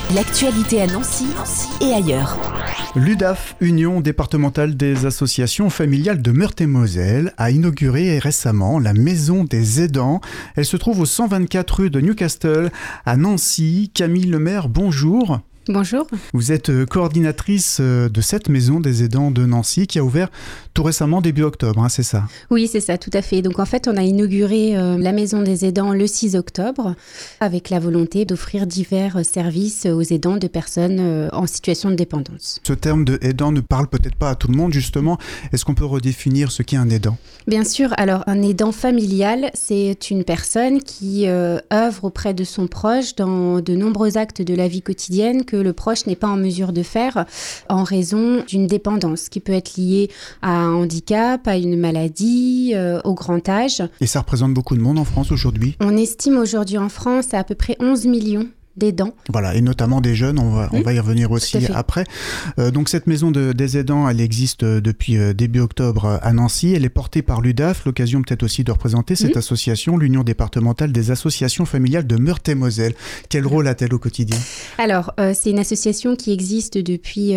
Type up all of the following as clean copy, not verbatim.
L'actualité à Nancy et ailleurs. L'UDAF, Union départementale des associations familiales de Meurthe-et-Moselle, a inauguré récemment la Maison des aidants. Elle se trouve au 124 rue de Newcastle, à Nancy. Camille Lemaire, bonjour. Bonjour. Vous êtes coordinatrice de cette Maison des aidants de Nancy qui a ouvert tout récemment, début octobre, c'est ça? Oui, c'est ça, tout à fait. Donc en fait, on a inauguré la Maison des aidants le 6 octobre avec la volonté d'offrir divers services aux aidants de personnes en situation de dépendance. Ce terme de aidant ne parle peut-être pas à tout le monde, justement. Est-ce qu'on peut redéfinir ce qu'est un aidant? Bien sûr. Alors, un aidant familial, c'est une personne qui œuvre auprès de son proche dans de nombreux actes de la vie quotidienne que le proche n'est pas en mesure de faire en raison d'une dépendance qui peut être liée à un handicap, à une maladie, au grand âge. Et ça représente beaucoup de monde en France aujourd'hui? On estime aujourd'hui en France à peu près 11 millions d'aidants. Voilà, et notamment des jeunes, on va y revenir aussi après. Donc cette maison des aidants, elle existe depuis début octobre à Nancy. Elle est portée par l'UDAF, l'occasion peut-être aussi de représenter cette association, l'Union départementale des associations familiales de Meurthe-et-Moselle. Quel rôle a-t-elle au quotidien? Alors, c'est une association qui existe depuis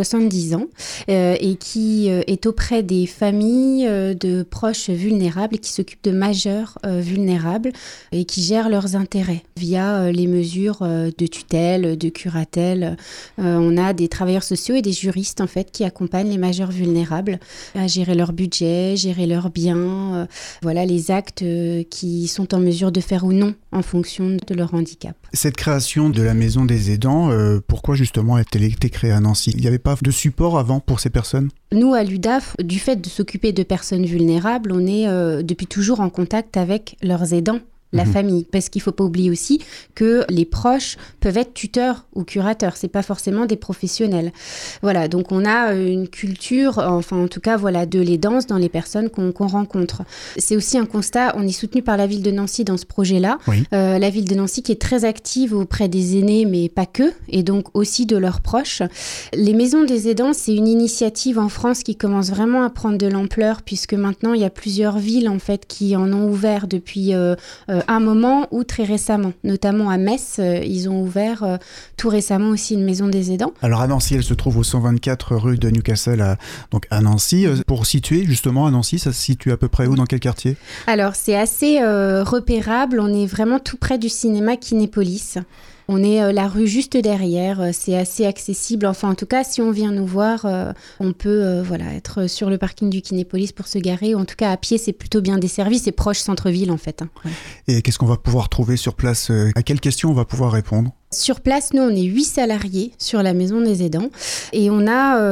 70 ans et qui est auprès des familles de proches vulnérables et qui s'occupe de majeurs vulnérables et qui gère leurs intérêts via les mesures de tutelle, de curatelle. On a des travailleurs sociaux et des juristes en fait qui accompagnent les majeurs vulnérables à gérer leur budget, gérer leurs biens, voilà les actes qui sont en mesure de faire ou non en fonction de leur handicap. Cette création de la Maison des aidants, pourquoi justement a-t-elle été créée à Nancy? Il n'y avait pas de support avant pour ces personnes? Nous, à l'UDAF, du fait de s'occuper de personnes vulnérables, on est depuis toujours en contact avec leurs aidants. La famille, parce qu'il ne faut pas oublier aussi que les proches peuvent être tuteurs ou curateurs, c'est pas forcément des professionnels. Voilà, donc on a une culture, enfin en tout cas voilà, de l'aidance dans les personnes qu'on rencontre. C'est aussi un constat, on est soutenu par la ville de Nancy dans ce projet-là, la ville de Nancy qui est très active auprès des aînés, mais pas que, et donc aussi de leurs proches. Les maisons des aidants, c'est une initiative en France qui commence vraiment à prendre de l'ampleur, puisque maintenant il y a plusieurs villes en fait qui en ont ouvert depuis un moment ou très récemment, notamment à Metz, ils ont ouvert tout récemment aussi une maison des aidants. Alors à Nancy, elle se trouve au 124 rue de Newcastle, donc à Nancy. Pour situer justement à Nancy, ça se situe à peu près où, dans quel quartier? Alors c'est assez repérable, on est vraiment tout près du cinéma Kinépolis. On est la rue juste derrière, c'est assez accessible. Enfin, en tout cas, si on vient nous voir, on peut être sur le parking du Kinépolis pour se garer. En tout cas, à pied, c'est plutôt bien desservi. C'est proche centre-ville, en fait. Et qu'est-ce qu'on va pouvoir trouver sur place? À quelles questions on va pouvoir répondre? Sur place, nous, on est 8 salariés sur la Maison des aidants et on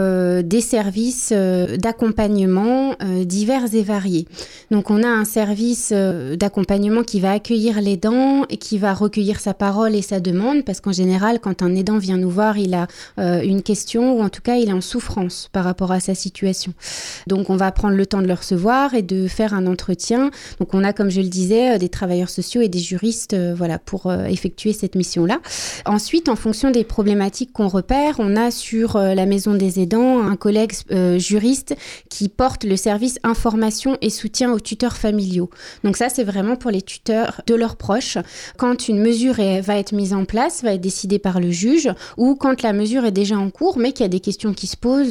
a des services d'accompagnement divers et variés. Donc, on a un service d'accompagnement qui va accueillir l'aidant et qui va recueillir sa parole et sa demande parce qu'en général, quand un aidant vient nous voir, il a une question ou en tout cas, il est en souffrance par rapport à sa situation. Donc, on va prendre le temps de le recevoir et de faire un entretien. Donc, on a, comme je le disais, des travailleurs sociaux et des juristes pour effectuer cette mission-là. Ensuite, en fonction des problématiques qu'on repère, on a sur la Maison des aidants un collègue juriste qui porte le service information et soutien aux tuteurs familiaux. Donc ça, c'est vraiment pour les tuteurs de leurs proches. Quand une mesure va être mise en place, va être décidée par le juge, ou quand la mesure est déjà en cours, mais qu'il y a des questions qui se posent,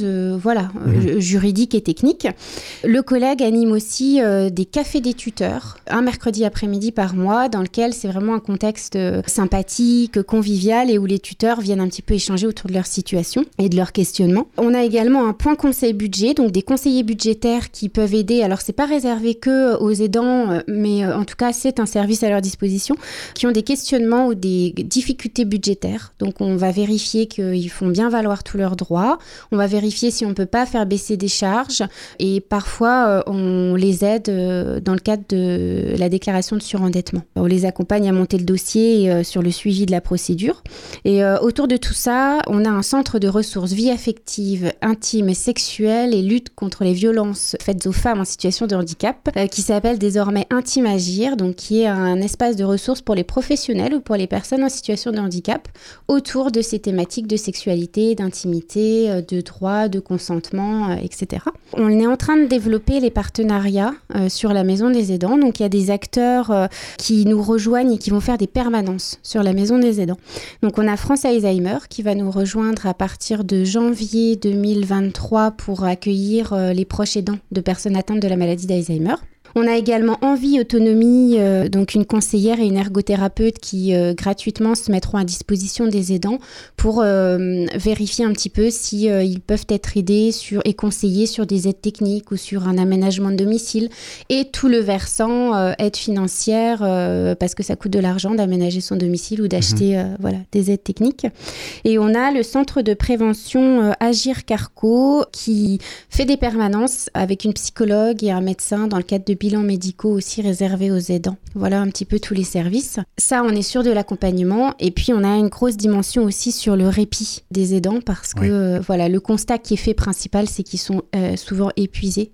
juridiques et techniques. Le collègue anime aussi des cafés des tuteurs, un mercredi après-midi par mois, dans lequel c'est vraiment un contexte sympathique, convivial et où les tuteurs viennent un petit peu échanger autour de leur situation et de leur questionnement. On a également un point conseil budget, donc des conseillers budgétaires qui peuvent aider. Alors, c'est pas réservé que aux aidants, mais en tout cas, c'est un service à leur disposition qui ont des questionnements ou des difficultés budgétaires. Donc, on va vérifier qu'ils font bien valoir tous leurs droits. On va vérifier si on peut pas faire baisser des charges et parfois, on les aide dans le cadre de la déclaration de surendettement. On les accompagne à monter le dossier sur le suivi de la procédure. Et autour de tout ça, on a un centre de ressources vie affective, intime et sexuelle et lutte contre les violences faites aux femmes en situation de handicap qui s'appelle désormais Intime Agir, donc qui est un espace de ressources pour les professionnels ou pour les personnes en situation de handicap autour de ces thématiques de sexualité, d'intimité, de droit, de consentement, etc. On est en train de développer les partenariats sur la Maison des aidants. Donc il y a des acteurs qui nous rejoignent et qui vont faire des permanences sur la Maison des aidants. aidants. Donc on a France Alzheimer qui va nous rejoindre à partir de janvier 2023 pour accueillir les proches aidants de personnes atteintes de la maladie d'Alzheimer. On a également Envie Autonomie, donc une conseillère et une ergothérapeute qui gratuitement se mettront à disposition des aidants pour vérifier un petit peu si ils peuvent être aidés et conseillés sur des aides techniques ou sur un aménagement de domicile, et tout le versant aide financière parce que ça coûte de l'argent d'aménager son domicile ou d'acheter des aides techniques. Et on a le centre de prévention Agir Carco qui fait des permanences avec une psychologue et un médecin dans le cadre de bilans médicaux aussi réservés aux aidants. Voilà un petit peu tous les services. Ça, on est sur de l'accompagnement. Et puis, on a une grosse dimension aussi sur le répit des aidants parce que le constat qui est fait principal, c'est qu'ils sont souvent épuisés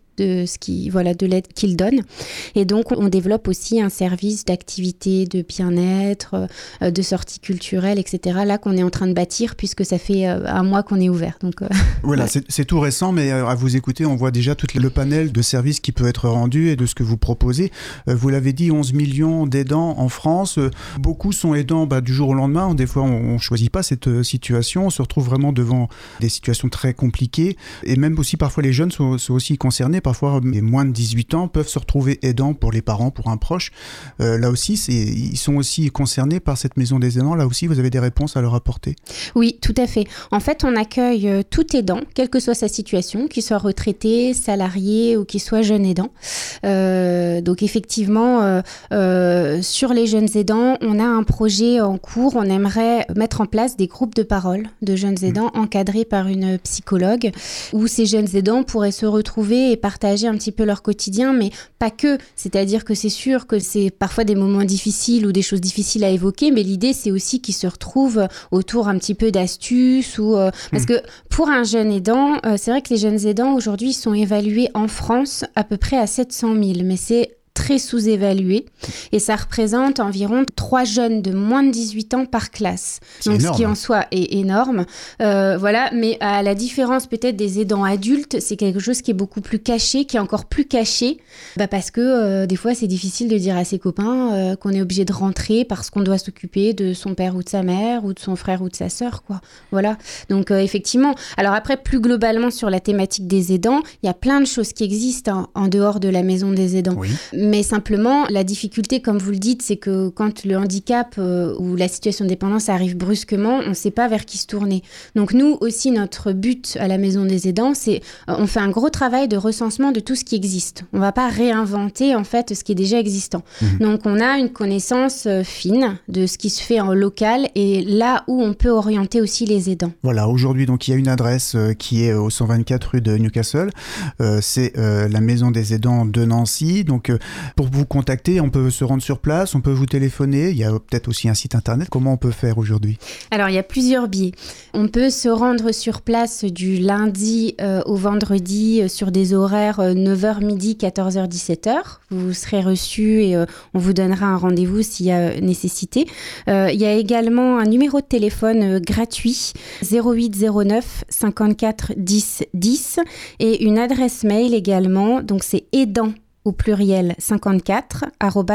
de l'aide qu'ils donnent. Et donc, on développe aussi un service d'activité, de bien-être, de sortie culturelle, etc. Là, qu'on est en train de bâtir puisque ça fait un mois qu'on est ouvert. Donc, voilà, c'est tout récent, mais à vous écouter, on voit déjà tout le panel de services qui peut être rendu et de ce que vous proposez. Vous l'avez dit, 11 millions d'aidants en France. Beaucoup sont aidants du jour au lendemain. Des fois, on ne choisit pas cette situation. On se retrouve vraiment devant des situations très compliquées. Et même aussi, parfois, les jeunes sont aussi concernés. Parfois, les moins de 18 ans peuvent se retrouver aidants pour les parents, pour un proche. Là aussi, ils sont aussi concernés par cette maison des aidants. Là aussi, vous avez des réponses à leur apporter? Oui, tout à fait. En fait, on accueille tout aidant, quelle que soit sa situation, qu'il soit retraité, salarié ou qu'il soit jeune aidant. Donc, effectivement, sur les jeunes aidants, on a un projet en cours. On aimerait mettre en place des groupes de parole de jeunes aidants encadrés par une psychologue où ces jeunes aidants pourraient se retrouver et partager un petit peu leur quotidien, mais pas que. C'est-à-dire que c'est sûr que c'est parfois des moments difficiles ou des choses difficiles à évoquer, mais l'idée, c'est aussi qu'ils se retrouvent autour un petit peu d'astuces parce que pour un jeune aidant, c'est vrai que les jeunes aidants, aujourd'hui, ils sont évalués en France à peu près à 700 000, mais c'est très sous-évalué et ça représente environ 3 jeunes de moins de 18 ans par classe. Donc énorme. Ce qui en soi est énorme. Mais à la différence peut-être des aidants adultes, c'est quelque chose qui est beaucoup plus caché, qui est encore plus caché parce que des fois c'est difficile de dire à ses copains qu'on est obligé de rentrer parce qu'on doit s'occuper de son père ou de sa mère ou de son frère ou de sa sœur, quoi. Voilà. Donc effectivement, alors après plus globalement sur la thématique des aidants, il y a plein de choses qui existent en dehors de la maison des aidants. Oui. Mais simplement, la difficulté, comme vous le dites, c'est que quand le handicap ou la situation de dépendance arrive brusquement, on ne sait pas vers qui se tourner. Donc nous aussi, notre but à la Maison des aidants, c'est on fait un gros travail de recensement de tout ce qui existe. On ne va pas réinventer en fait ce qui est déjà existant. Donc on a une connaissance fine de ce qui se fait en local et là où on peut orienter aussi les aidants. Voilà, aujourd'hui, donc il y a une adresse qui est au 124 rue de Newcastle. C'est la Maison des aidants de Nancy. Donc pour vous contacter, on peut se rendre sur place, on peut vous téléphoner. Il y a peut-être aussi un site internet. Comment on peut faire aujourd'hui? Alors, il y a plusieurs biais. On peut se rendre sur place du lundi au vendredi sur des horaires 9h midi, 14h, 17h. Vous serez reçu et on vous donnera un rendez-vous s'il y a nécessité. Il y a également un numéro de téléphone gratuit 0809 54 10 10 et une adresse mail également. Donc, c'est aidant au pluriel 54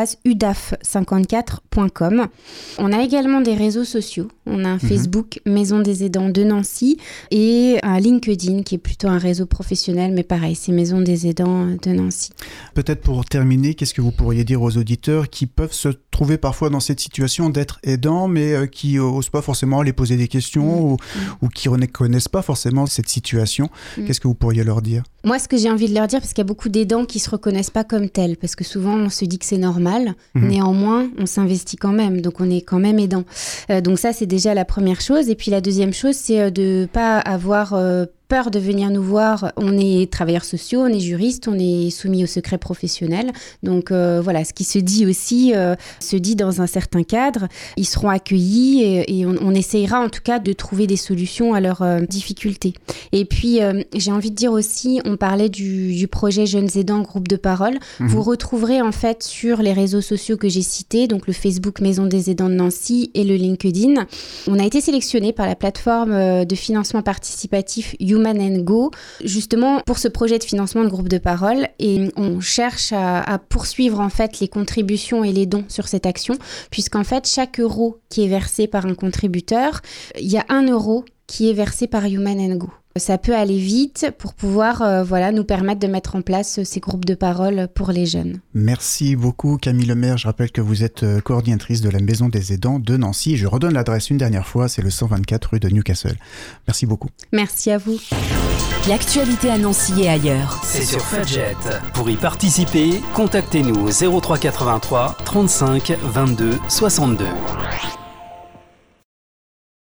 @udaf54.com. On a également des réseaux sociaux. On a un Facebook Maison des aidants de Nancy et un LinkedIn qui est plutôt un réseau professionnel, mais pareil, c'est Maison des aidants de Nancy. Peut-être pour terminer, qu'est-ce que vous pourriez dire aux auditeurs qui peuvent se trouver parfois dans cette situation d'être aidants, mais qui n'osent pas forcément aller poser des questions ou qui ne connaissent pas forcément cette situation? Qu'est-ce que vous pourriez leur dire? Moi, ce que j'ai envie de leur dire, parce qu'il y a beaucoup d'aidants qui ne se reconnaissent pas comme tels, parce que souvent, on se dit que c'est normal. Néanmoins, on s'investit quand même, donc on est quand même aidant. Donc ça, c'est déjà la première chose. Et puis la deuxième chose, c'est de ne pas avoir peur de venir nous voir. On est travailleurs sociaux, on est juristes, on est soumis au secret professionnel. Donc voilà, ce qui se dit aussi, se dit dans un certain cadre. Ils seront accueillis et on essayera en tout cas de trouver des solutions à leurs difficultés. Et puis, j'ai envie de dire aussi, on parlait du projet Jeunes aidants, groupe de parole. Vous retrouverez en fait sur les réseaux sociaux que j'ai cités, donc le Facebook Maison des aidants de Nancy et le LinkedIn. On a été sélectionné par la plateforme de financement participatif You Human & Go, justement pour ce projet de financement de groupe de parole. Et on cherche à poursuivre en fait les contributions et les dons sur cette action, puisqu'en fait, chaque euro qui est versé par un contributeur, il y a 1 euro qui est versé par Human & Go. Ça peut aller vite pour pouvoir nous permettre de mettre en place ces groupes de parole pour les jeunes. Merci beaucoup Camille Lemaire. Je rappelle que vous êtes coordinatrice de la Maison des aidants de Nancy. Je redonne l'adresse une dernière fois, c'est le 124 rue de Newcastle. Merci beaucoup. Merci à vous. L'actualité à Nancy et ailleurs. C'est sur Fudget. Pour y participer, contactez-nous au 03 83 35 22 62.